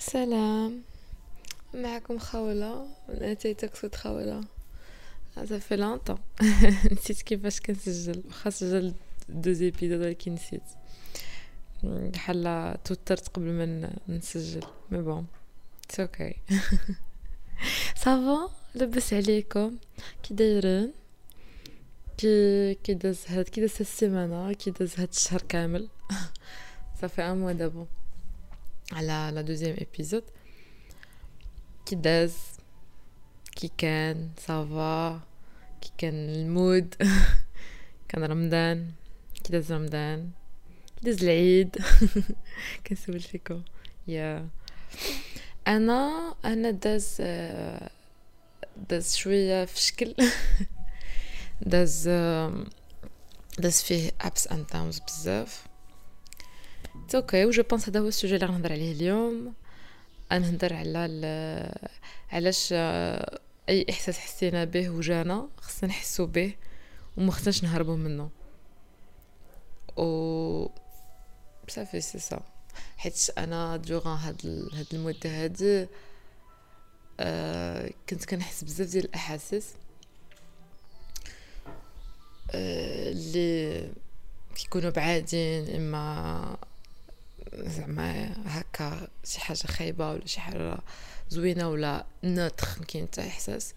سلام. معكم خولة. أتي تقصد خولة. هذا في لونطون. نسيت كيفاش كنسجل، واخا سجلت دو زيبيزود ولكن نسيت. بحال توترت قبل ما نسجل، مي بون اتس اوكي. صافا، لبس عليكم. كي دايرين؟ كي داز هاد السيمانه، كي داز هاد الشهر كامل. صافي ان موا دابا على لا دوزيام ايبيزود. كي داز؟ كي كان صافا؟ كي كان المود؟ كان رمضان؟ كي داز رمضان؟ كي داز العيد؟ كنسول فيكم. يا انا داز شويه في شكل. داز داز فيه ابس اند داونز بزاف. اوكي، و جو بونس هذا هو السوجي اللي غنهضر عليه اليوم. غنهضر على علاش اي احساس حسينا به وجانا خصنا نحسو به وما خصناش نهربوا منه. و صافي سي سا. حيت انا دوغان هاد المده هادي كنت كنحس بزاف ديال الاحاسيس اللي كيكونوا بعادين، اما زعما هكا شي حاجه خايبه ولا شي حاجه زوينه ولا نوتر، كاين حتى احساس.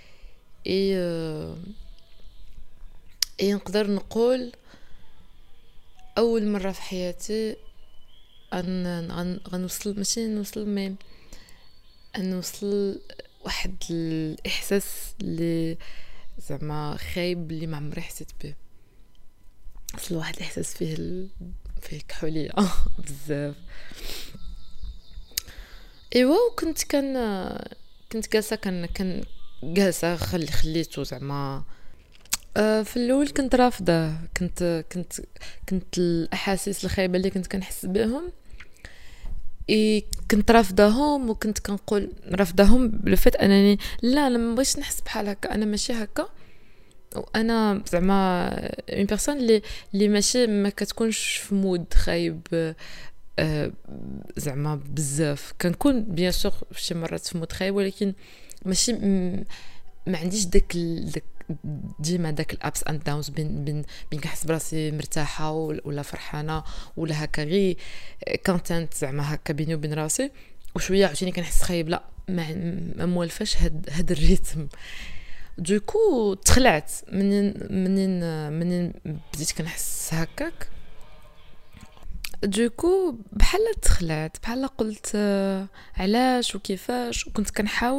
اي نقدر نقول اول مره في حياتي غنوصل، ماشي نوصل مي نوصل واحد الاحساس اللي زعما خايب اللي ما عمري حسيت به. وصل واحد الاحساس فيه كحوليه بزاف. ايوا كنت جالسه كان جالسه خليته زعما في الاول كنت رافضه. كنت الاحاسيس الخايبه اللي كنت كنحس بهم كنت رافضاهم، وكنت كنقول رافضاهم بلفت انني لا، انا ما بغيتش نحس بحال هكا، انا ماشي هكا. وانا زعما اون بيرسون اللي ماشي ما كتكونش في مود خايب زعما بزاف. كنكون بيان سور شي مرات في مود خايب، ولكن ماشي ما عنديش داك ديما داك الابس اند داونز بين كنحس براسي مرتاحه ولا فرحانه ولا هكا غير كونتنت زعما هكا بيني وبين راسي، وشويه عاوتاني كنحس خايب. لا، ما موالفاش هاد الريتم. دوكو تخلعت منين بديت كنحس هكاك. دوكو بحال تخلعت، بحال قلت علاش وكيفاش. وكنت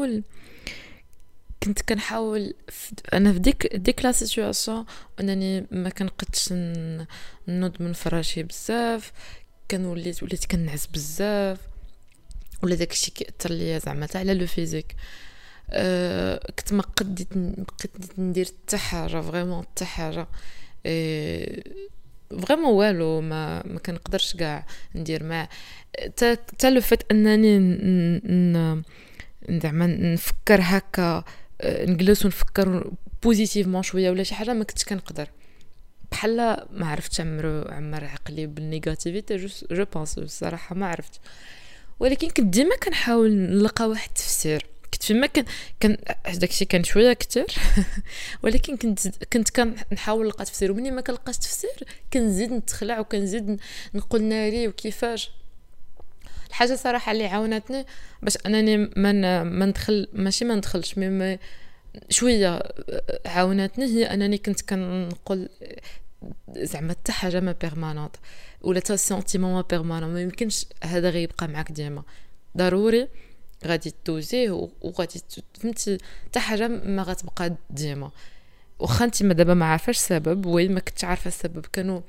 كنحاول انا في ديك لا سيتوياسيون انني ما كنقدش نوض من فراشي بزاف. وليت كنعس بزاف، ولا داكشي كيأثر ليا زعما حتى على لو فيزيك. كنت ما قديت ندير حتى حاجه، فريمون حتى حاجه. فريمون والو ما كنقدرش كاع ندير مع حتى لو فات انني زعما نفكر هكا، نجلس ونفكر بوزيتيفمون شويه ولا شي حاجه. ما كنتش كنقدر، بحال ما عرفتش عمر عقلي بالنيجاتيفيتي. جو بونس الصراحه ما عرفت، ولكن كنت ديما كنحاول نلقى واحد التفسير. كنت فيما كان داكشي كان شويه كتير. ولكن كنت كنحاول نلقى تفسير، ومني ما كنلقاش تفسير كنزيد نتخلع وكنزيد نقول ناري وكيفاش. الحاجه صراحه اللي عاونتني باش انني ما ندخل، ماشي ما ندخلش مي شويه عاونتني، هي انني كنت كنقول زعما حتى حاجه ما بيرمانونط ولا حتى سنتيمون ما بيرمانون. ما يمكنش هذا غيبقى معك ديما، ضروري غادي تدوزيه وغادي فهمتي. حتى حاجه ما غتبقى ديما، واخا انت ما دابا ما عارفاش السبب، وين ما كنتش عارفه السبب.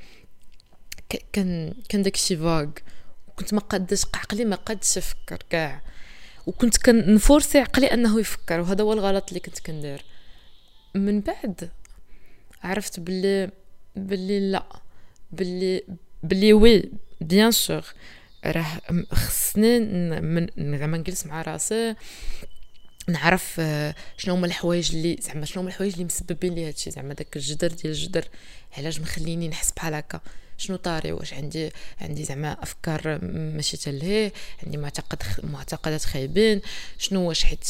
كان داكشي فاغ، كنت ما قادش عقلي ما قادش يفكر كاع، وكنت كنفورسي عقلي انه يفكر. وهذا هو الغلط اللي كنت كندير. من بعد عرفت باللي لا، باللي وي بيان سور راه خصني زعما نجلس مع راسي نعرف شنو هما الحوايج اللي مسببين لي هادشي. زعما داك الجدر علاش مخليني نحس بحال هكا. شنو طاري، واش عندي زعما افكار ماشي تلهيه، عندي معتقدات خايبين، شنو واش حيت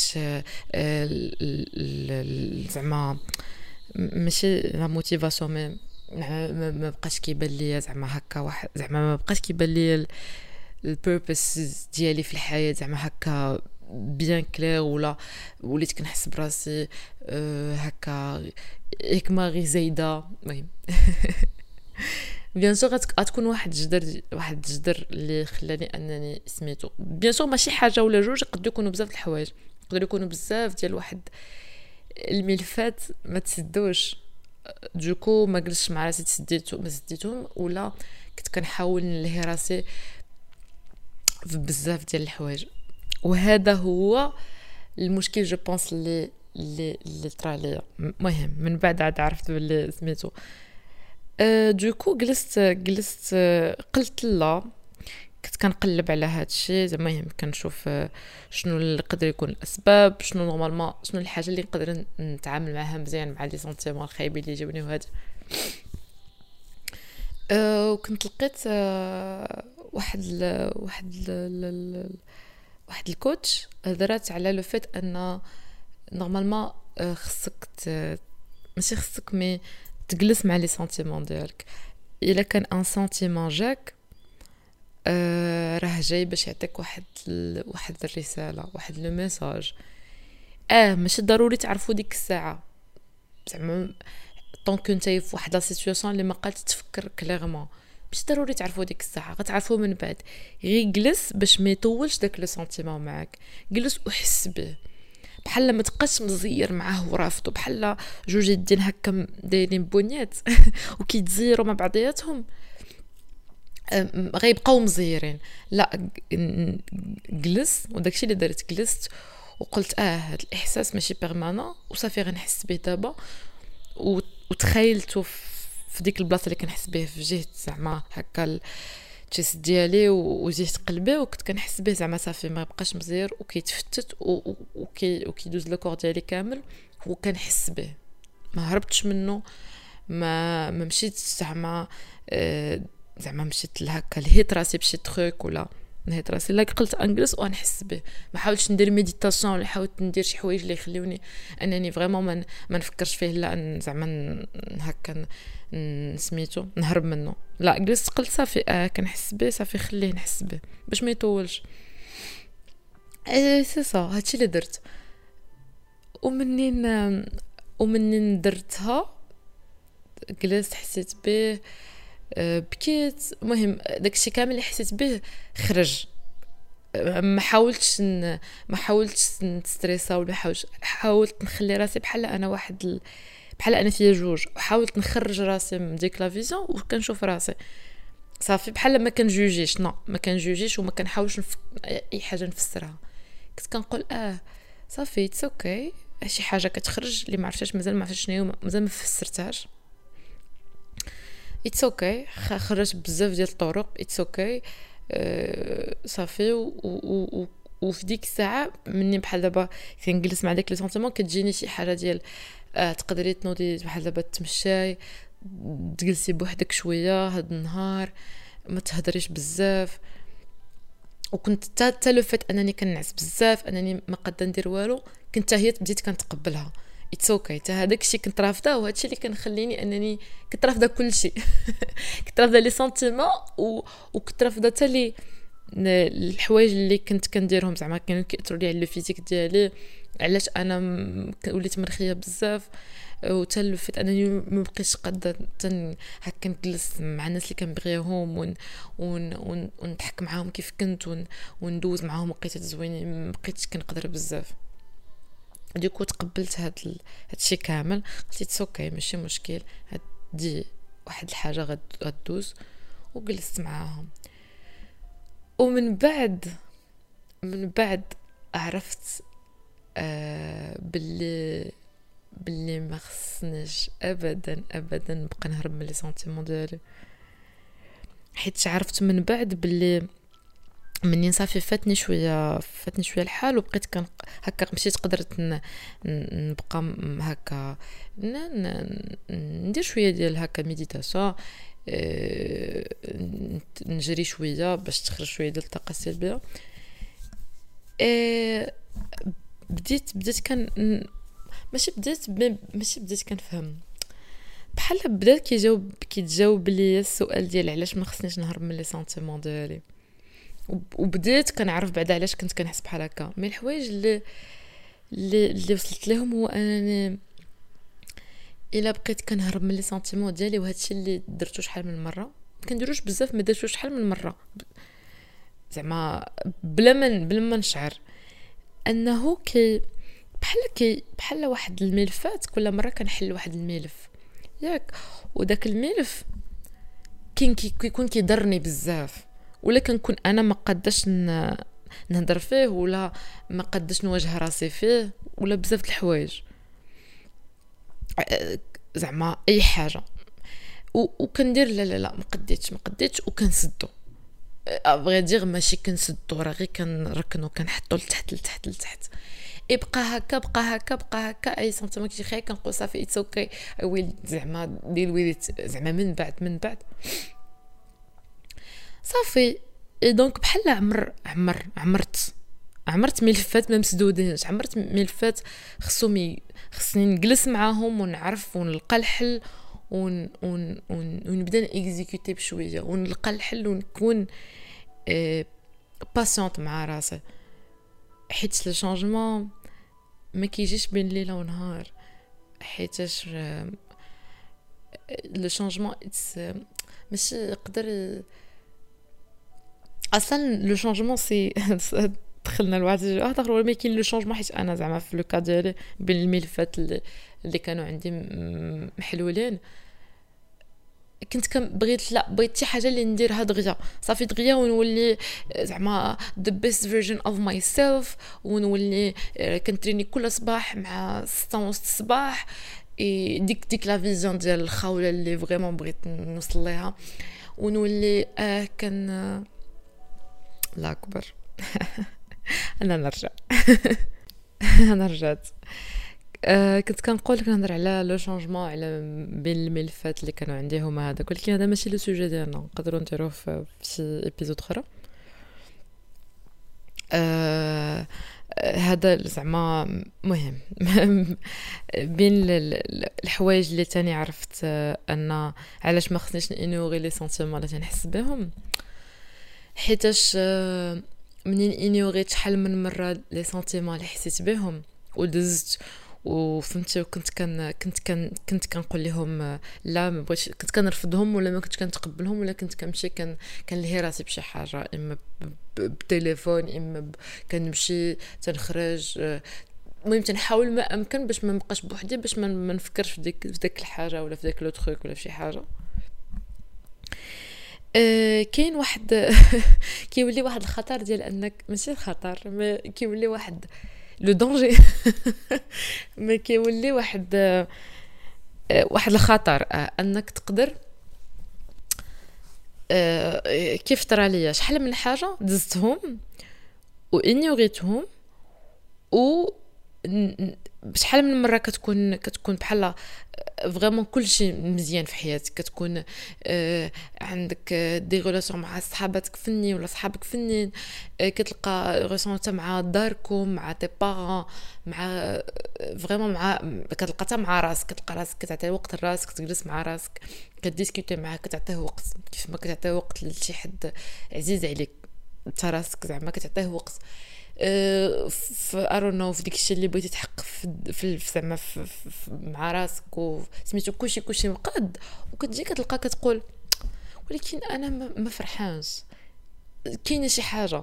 زعما ماشي لا موتيفاسيون ما بقاش كيبان ليا زعما هكا واحد، زعما ما بقاش كيبان ليا البيربس ديالي في الحياه زعما هكا بيان كلير، ولا وليت كنحس براسي هكا حكمه غير زايده. المهم بيان سور غتكون واحد الجدر اللي خلاني انني سميتو. بيان سور ماشي حاجه ولا جوج، يقدروا يكونوا بزاف د الحوايج، يقدروا يكونوا بزاف ديال واحد الملفات ما تسدوش. دوكو ما جلستش مع راسي ما سديتهم، ولا كنت كنحاول نلهي راسي في بزاف ديال الحوايج. وهذا هو المشكل جو بونس اللي طرا ليا. المهم من بعد عاد عرفت باللي سميتو. دوكو جلست قلت لا، كنت كنقلب على هذا الشيء زعما كنشوف شنو اللي يقدر يكون الاسباب، شنو نورمالمون شنو الحاجه اللي نقدر نتعامل معها مزيان مع لي سنتيمون الخايبين اللي جاوني وهذا. وكنت لقيت واحد الكوتش هضرات على لو فيت ان نورمالمون خصك ماشي خصك مي تجلس مع لي سنتيمون ديالك. الا كان ان سنتيمون جاك راه جاي باش يعطيك واحد الرساله، واحد لو ميساج. ماشي ضروري تعرفوا ديك الساعه زعما طونك نتاي في واحد لا سيتوياسيون اللي ما قالت تفكر كليرمون، ماشي ضروري تعرفوا ديك الساعه، غتعرفوا من بعد. غير جلس باش ما يطولش داك لو سنتيمون معاك، جلس وحس به، بحال ما تبقاش مزير معاه ورافضو، بحال جوج يدين هكا دايرين بونيات وكيتزيروا مع بعضياتهم غيبقاو مزيرين. لا جلس، وداكشي اللي درت جلست وقلت هذا الاحساس ماشي بيرمانون وصافي غنحس به دابا. وتخيلته في ديك البلاصه اللي كنحس به في جهه زعما هكا الجسد ديالي وجهه قلبي، وكنت كنحس به زعما صافي ما بقاش مزير وكيتفتت وكيدوز لو كور ديالي كامل، وكنحس به ما هربتش منه، ما مشيت زعما زعما مشيت لهكا لهيت راسي بشي تروك ولا نهيت راسي. لا قلت انجلس ونحس به، ما حاولتش ندير ميديتاسيون ولا حاولت ندير شي حوايج اللي يخليوني انني فريمون ما نفكرش فيه، لا زعما هكا سميتو نهرب منه. لا جلست قلت صافي كنحس به، صافي خليه نحس به باش ما يطولش. سي صا هادشي اللي درت. ومنين درتها جلست حسيت به، بكيت. المهم داكشي كامل اللي حسيت به خرج. ما حاولتش نستريسا ولا حاولت نخلي راسي بحال انا فيا جوج، وحاولت نخرج راسي من ديك لا فيزيون وكنشوف راسي صافي بحال ما كنجوجيش. ما كنجوجيش وما كنحاولش اي حاجه نفسرها. كنت كنقول صافي اتس اوكي، شي حاجه كتخرج اللي ما عرفتش مازال ما عرفتش شنو، مازال ما فسرتهاش. اتس اوكي خرجت بزاف ديال الطرق. اتس اوكي صافي. وفي ديك الساعه مني بحال دابا كنجلس مع داك لي سونتيمون كتجيني شي حاجه ديال تقدري تنوضي بحال دابا تمشاي، تجلسي بوحدك شويه هاد النهار، ما تهضريش بزاف. وكنت حتى لو فات انني كنعس بزاف، انني ما قادره ندير والو، كنت هي بديت كنتقبلها. اتس اوكي حتى هذاك الشيء كنت رافضه، وهذا الشيء اللي كنخليني انني كنت رافضه كل شيء. كنت رافضه لي سنتيمون وكنت رافضه حتى لي الحوايج اللي كنت كنديرهم زعما كانوا كيأثروا لي على الفيزيك ديالي. علاش انا وليت مرخيه بزاف، وحتى لو فات انني ما بقيتش قادره هكا نجلس مع الناس اللي كنبغيهم ونضحك معاهم كيف كنت وندوز معاهم وقيتات زوينين، ما بقيتش كنقدر بزاف. ديكو تقبلت هاد الشيء كامل، قلت اوكي ماشي مشكل، هادي واحد الحاجه غدوز. وجلست معاهم. ومن بعد عرفت باللي ما خصنيش ابدا نبقى نهرب من لي سنتيمون ديالي، حيت عرفت من بعد باللي منين صافي فاتني شويه الحال، وبقيت هكا مشيت قدرت نبقى هكا ندير شويه ديال هكا ميديتاسيون، نجري شويه باش تخرج شويه ديال الطاقه السلبيه. آه، بديت كان ماشي بديت كنفهم، بحال بدا كيتجاوب لي السؤال ديال علاش ما خصنيش نهرب من لي سنتيمون ديالي، وبديت كنعرف بعدا علاش كنت كنحس بحال هكا. مي الحوايج اللي وصلت لهم هو انني الا بقيت كنهرب من لي سنتيمون ديالي، وهادشي اللي درتو شحال من مره، ما كنديروش بزاف، ما درتوش شحال من مره زعما بلا ما نشعر انه بحال واحد الملفات، كل مره كنحل واحد الملف ياك، وداك الملف كيكون كيضرني بزاف، ولا كنكون انا ما قاداش نهضر فيه، ولا ما قاداش نواجه راسي فيه، ولا بزاف د الحوايج زعما اي حاجه، وكندير لا ما قديتش وكنسدو ابغي دير ماشي كنسدو، راه غير كنركنو كنحطو لتحت يبقى هكا اي سنتيمون كي خاي كنقول صافي اتس اوكي ويل زعما ديال ويليت زعما من بعد صافي. دونك بحال عمرت ملفات ما مسدودينش، عمرت ملفات خصني نجلس معاهم ونعرف ونلقى الحل ونبدا نيكزيكوتي بشويه ونلقى الحل ونكون باسيونط مع راسي، حيت لو شانجمون ما كيجيش بين ليله ونهار، حيتاش لو شانجمون ماشي يقدر اصلا لو شانجمون سي دخلنا لواحد اخر، ولا ما كاين لو شانجمون، حيت انا زعما في لو كا ديالي بين الملفات اللي كانوا عندي محلولين كنت بغيت شي حاجه اللي نديرها دغيا صافي دغيا، ونولي زعما the best version of myself، ونولي كنتريني كل صباح مع 6:30 الصباح، ديك لا فيزيون ديال الخاوله اللي فريمون بغيت نوصل ليها، ونولي كان لا اكبر انا نرجع انا رجعت. كنت كنقول لك نهضر على لو شانجمون على بين الملفات اللي كانوا عندي هما هذاك، ولكن هذا ماشي لو سوجي ديالنا، نقدروا نديروه في شي ايبيزود اخرى. هذا زعما مهم بين الحوايج اللي تاني عرفت ان علاش ما خصنيش انوغي لي سنتيمون اللي تنحس بهم، حيتاش منين انوغيت شحال من مره لي سنتيمون اللي حسيت بهم ودزت وفهمتي، كنت كنقول لهم لا ما بغيتش، كنت كنرفضهم ولا ما كنتش كنتقبلهم، ولا كنت كنمشي كنلهي راسي بشي حاجه، اما بالتليفون اما كنمشي تنخرج، المهم تنحاول ما امكن باش ما نبقاش بوحدي، باش ما نفكرش في ديك الحاجه ولا في داك لو تروك ولا في شي حاجه. كاين واحد كيولي واحد الخطر ديال انك ماشي الخطر، ما كيولي واحد لو دونجي ما كيولي واحد الخطر انك تقدر كيف طرا ليا شحال من حاجه دزتهم وانيوريتهم، و شحال من مره كتكون بحال فريمون كلشي مزيان في حياتك، كتكون عندك دي ريلاسيون مع صحاباتك فنين ولا صحابك فنين، كتلقى ريلاسيون مع داركم مع تي بارون مع فريمون مع كتلقى حتى مع راسك، كتلقى راسك كتعطي وقت لراسك، تجلس مع راسك كديسكوتي معاه، كتعطيه وقت كيف ما كتعطيه وقت لشي حد عزيز عليك، انت راسك زعما كتعطيه وقت في ارونو في ديكشي اللي بغيتي تحقق في زعما مع راسك وسميتو كلشي مقاد، وكتجي كتلقى كتقول ولكن انا ما فرحانش، كاينه شي حاجه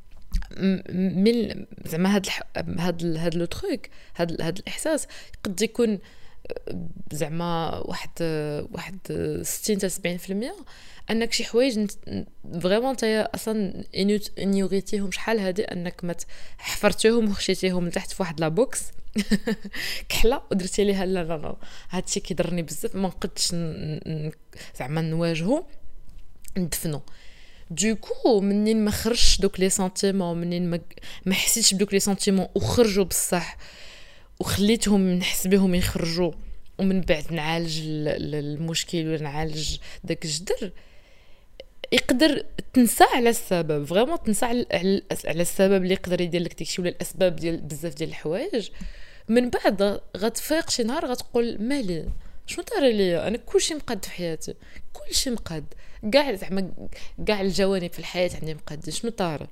من زعما هاد لو تروك هاد الاحساس قد يكون زعما واحد 60-70% انك شي حوايج فريمون نتايا اصلا انيوريتيهم شحال هادي، انك ما حفرتيهم وخشيتيهم لتحت في واحد لا بوكس كحله ودرتي ليها لا هادشي كيضرني بزاف، ما نقدش زعما نواجهو ندفنو. دوكو منين ما خرجش دوك لي سنتيمون، منين ما حسيتش بدوك لي سنتيمون وخرجوا بصح وخليتهم نحس بهم يخرجوا ومن بعد نعالج المشكل ولا نعالج داك الجدر، يقدر تنسى على السبب، فريمون تنسى على السبب اللي يقدر يدير لك داكشي ولا الاسباب ديال بزاف ديال الحوايج. من بعد غتفيق شي نهار غتقول مالي شنو طاري ليا، انا كلشي مقاد في حياتي، كلشي مقاد، كاع زعما كاع الجوانب في الحياه عندي مقاد، شنو طاري.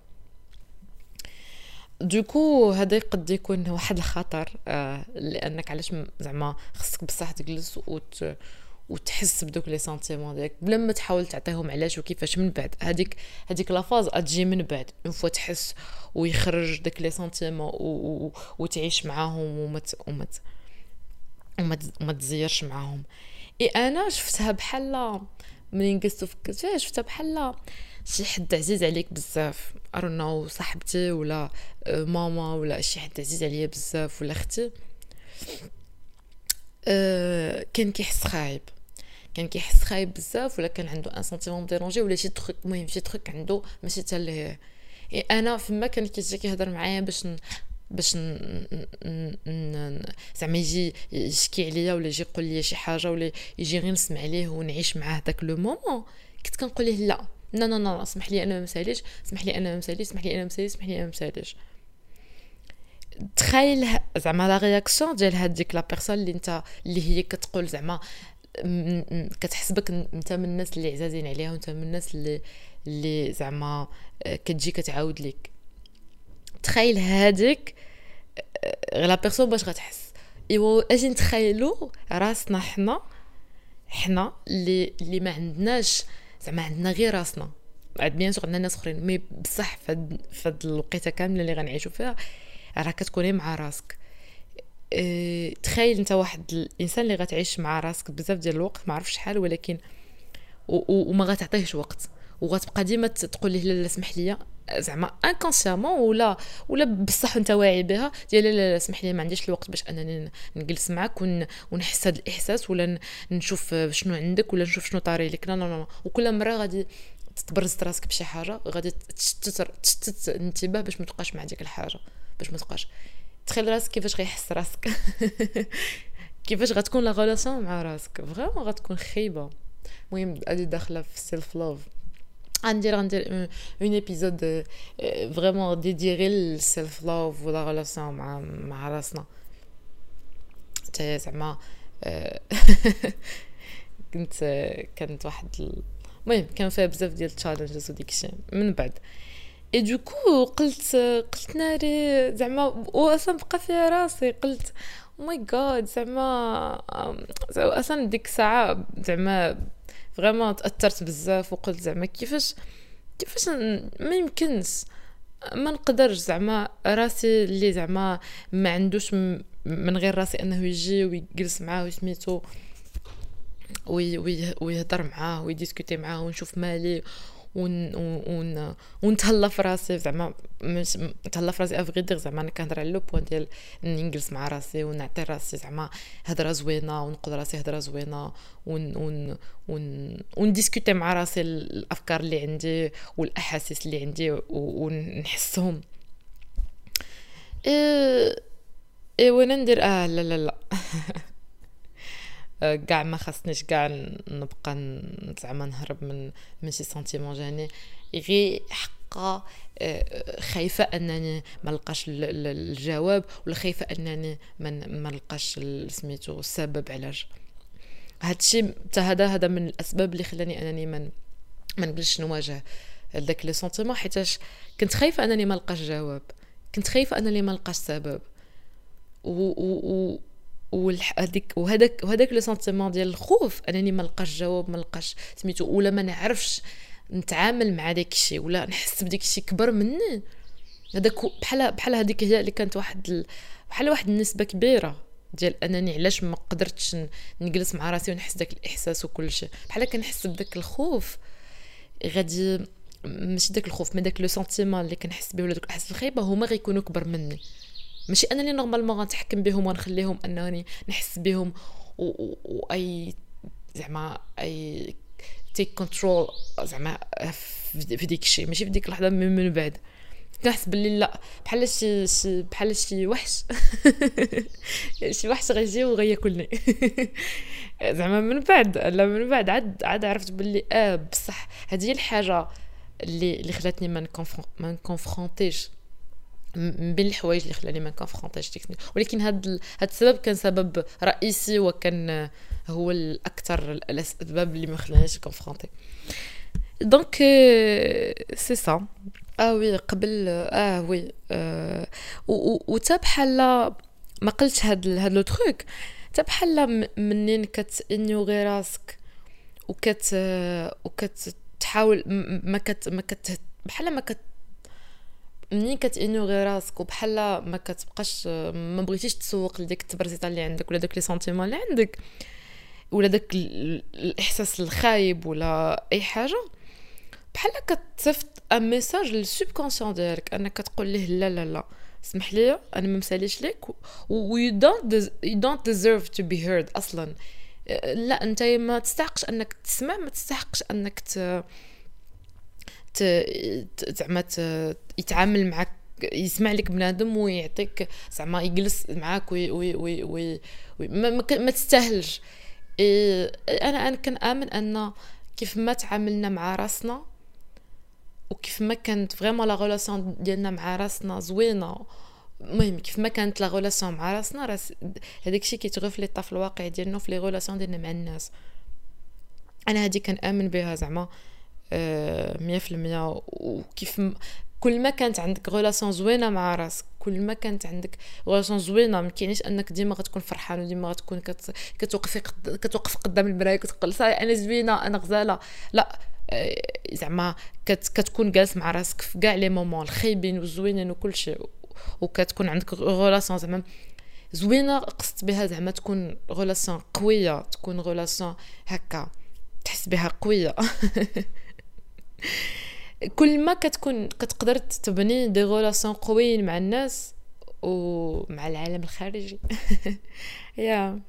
دوكو هذا يقد يكون واحد الخطر، لانك علاش زعما خصك بصح تجلس وتحس بدوك لي سنتيمون ديالك بلا ما تحاول تعطيهم علاش وكيفاش. من بعد هذيك لا فاز تجي من بعد اون فوا تحس ويخرج داك لي سنتيمون وتعيش معاهم وما تزيرش معاهم. انا شفتها بحال منين جلست فكرت فيها، شفتها بحال شي حد عزيز عليك بزاف، ارنو صاحبتي ولا ماما ولا شي حد عزيز عليا بزاف ولا اختي، كان كيحس خايب بزاف، ولا كان عنده ان سنتيمون ديرونجي ولا شي تروك، المهم شي تروك عنده ماشي حتى ليه. انا فما كان كيجي كيهضر معايا باش زعما يجي يشكي عليا ولا يجي يقول لي شي حاجه ولا يجي غير نسمع ليه ونعيش معاه داك لو مومون، كنت كنقول ليه لا لا لا لا، اسمح لي انا ما مساليش، اسمح لي انا ما مساليش، اسمح لي انا ما مساليش، اسمح لي انا ما مساليش. تخيل زعما لا رياكسيون ديال هذيك لا بيرسون اللي هي كتقول زعما كتحسبك انت من الناس اللي عزازين عليها وانت من الناس اللي زعما كتجي كتعاود لك. تخيل هذيك لا بيرسون باش غتحس. ايوا اجي نتخيلوا راسنا حنا اللي ما عندناش زعما عندنا غير راسنا، عاد بيان سور عندنا ناس اخرين، مي بصح فهاد الوقيته كامله اللي غنعيشوا فيها راه كتكوني مع راسك. تخيل انت واحد الانسان اللي غتعيش مع راسك بزاف ديال الوقت، ما عرفش شحال، ولكن وما غتعطيهش وقت، وغتبقى ديما تقول ليه لا اسمح لي زعما انكونسيامون ولا بصح انت واعي بها ديال لا اسمح لي ما عنديش الوقت باش انني نجلس معك ونحس هذا الاحساس ولا نشوف شنو عندك ولا نشوف شنو طاري لك. لا لا لا، وكل مره غادي تبرز راسك بشي حاجه غادي تشتت الانتباه باش ما تبقاش مع ديك الحاجه، باش ما تبقاش. تخيل راسك كيفاش غيحس راسك كيفاش غتكون لا غولاسيون مع راسك، فريمون غتكون خايبه. المهم ادي داخله في سيلف لوف، غندير اون ايبيزود فريمون ديدي غير السيلف لوف ولا غولاسيون مع راسنا حتى زعما كانت واحد المهم كان فيها بزاف ديال التشالنجز وديك الشيء. من بعد اي دوكو قلت ناري زعما واصلا بقى فيها راسي، قلت او ماي جاد زعما اصلا ديك الساعه زعما فريمون تاثرت بزاف وقلت زعما كيفاش ما يمكنش ما نقدرش زعما راسي اللي زعما ما عندوش من غير راسي انه يجي ويجلس معاه وسميتو ويهضر معاه ويديسكوتي معاه ونشوف مالي ونتهلا في راسي، زعما نتهلا في راسي افغيدير، زعما انا كنهضر على لو بوين ديال نجلس مع راسي ونعطي راسي زعما هضره زوينه ونقول راسي هضره زوينه ونديسكوتي مع راسي الافكار اللي عندي والاحاسيس اللي عندي ونحسهم. ايه وانا ندير لا لا لا كاع ما خصنيش كاع نبقى زعما نهرب من شي سنتيمون جاني، غير حقا خايفه انني ما نلقاش الجواب ولا خايفه انني ما نلقاش سميتو السبب علاش هادشي. هذا من الاسباب اللي خلاني انني ما نقدرش نواجه داك لي سنتيمون، حيتاش كنت خايفه انني ما نلقاش جواب، كنت خايفه انني ما نلقاش سبب وهذاك لو سنتيمون ديال الخوف انني ما نلقاش جواب، ما نلقاش سميتو ولا ما نعرفش نتعامل مع داك الشيء ولا نحس بداك الشيء كبر مني. هذاك بحال هذيك هي اللي كانت بحال واحد النسبه كبيره ديال انني علاش ما قدرتش نجلس مع راسي ونحس داك الاحساس وكل شيء، بحال كنحس بداك الخوف غادي ماشي داك الخوف ما داك لو سنتيمون اللي كنحس به ولا داك الاحساس الخايبه هما غيكونوا كبر مني، ماشي انا اللي نورمالمون غنتحكم بهم ونخليهم انني نحس بهم واي زعما اي تيك كنترول زعما في ديك الشيء، ماشي في ديك اللحظه من بعد كنحس باللي لا بحال شي وحش شي وحش غيجي وغياكلني زعما من بعد عاد عرفت باللي بصح هذه هي الحاجه اللي خلاتني ما نكونفرونتيش من بين الحوايج اللي خلاني ما نكونفرونتيش تكنيك. ولكن هذا السبب كان سبب رئيسي وكان هو الاكثر الاسباب اللي ما خلانيش كونفرونتي. دونك سي سا وي قبل وي وتا بحال ما قلتش هاد لو تروك تا بحال منين كتانيوغي راسك وكتحاول ما كت بحال ما كت منين كتانيوغي راسك وبحال ما كتبقاش ما بغيتيش تسوق لديك التبرزيطه اللي عندك ولا داك لي سنتيمون اللي عندك ولا داك الاحساس الخايب ولا اي حاجه، بحال كتصيفط ان ميساج للسوبكونسيون ديالك انك كتقول ليه لا لا لا اسمح لي انا ما مساليش لك و you don't deserve to be heard اصلا. لا انت ما تستحقش انك تسمع، ما تستحقش انك زعما يتعامل معك يسمع لك بنادم ويعطيك زعما يجلس معاك وي ما تستاهلش. انا كنآمن ان كيف ما تعاملنا مع راسنا وكيف ما كانت فريمون لا ريلاسيون ديالنا مع راسنا زوينه، المهم كيف ما كانت لا ريلاسيون مع راسنا هذاك الشيء كيتغفلط في الواقع ديالنا في لي ريلاسيون ديالنا مع الناس. انا هذه كنآمن بها زعما 100%. وكيف كل ما كانت عندك ريلاسيون زوينه مع راسك، كل ما كانت عندك ريلاسيون زوينه، ما كاينش انك ديما غتكون فرحان وديما غتكون كتوقف قدام المرايه كتقول صاي انا زوينه انا غزاله. لا زعما كتكون جالس مع راسك في كاع لي مومون الخايبين والزوينين وكل شيء، وكتكون عندك ريلاسيون زعما زوينه. قصت بها زعما تكون ريلاسيون قويه، تكون ريلاسيون هكا تحس بها قويه كل ما كتقدر تبني دي ريلاسيون قويين مع الناس ومع العالم الخارجي يا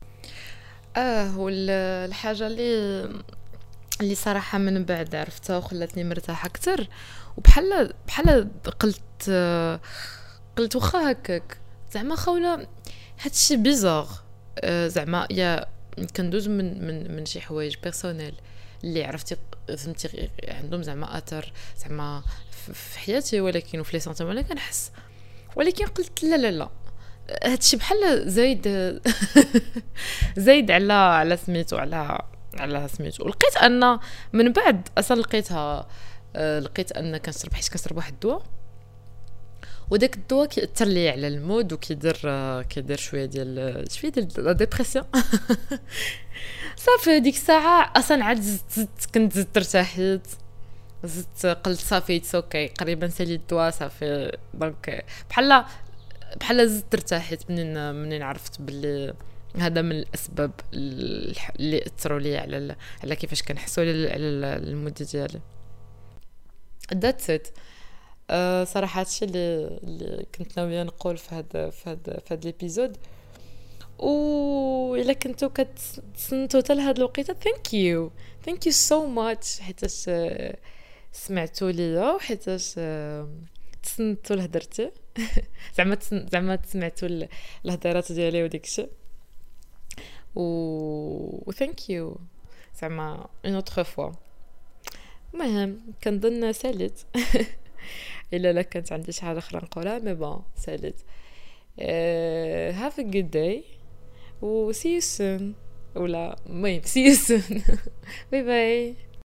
والحاجه اللي صراحه من بعد عرفتها وخلاتني مرتاحه اكثر، وبحال قلت واخا هكاك زعما خوله هادشي بيزار زعما يا كندوز من شي حوايج بيرسونيل اللي عرفتي فهمتي عندهم زعما اثر زعما في حياتي ولكن وفي لي سنتيمون اللي كنحس. ولكن قلت لا لا لا هادشي بحال زايد على سميتو على سميتو. ولقيت ان من بعد اصلا لقيت ان كنشرب واحد الدواء، وداك الدواء كيأثر لي على المود وكيدير شويه ديال لا ديبرسيون صافي ديك الساعه اصلا عاد كنت زدت ارتحيت، قلت صافي اوكي قريبا سالي الدواء صافي. دونك بحال زدت ارتحيت منين عرفت باللي هذا من الاسباب اللي اثروا لي على كيفاش كنحسوا على المود ديالي. ذاتس ات صراحه هادشي اللي كنت ناويه نقول في هذا الابيزود. الا كنتو كتسنتو حتى لهاد الوقيته ثانك يو سو ماتش حيتاش سمعتوا ليا وحيتاش تسنتوا لهدرتي زعما سمعتوا الهضرات ديالي وداكشي ثانك يو زعما اون اوتر فوا. المهم كنظن ساليت الا كانت عندي شي حاجه اخرى نقولها مي بون ساليت. have a good day و see you soon ولا المهم see you soon باي باي.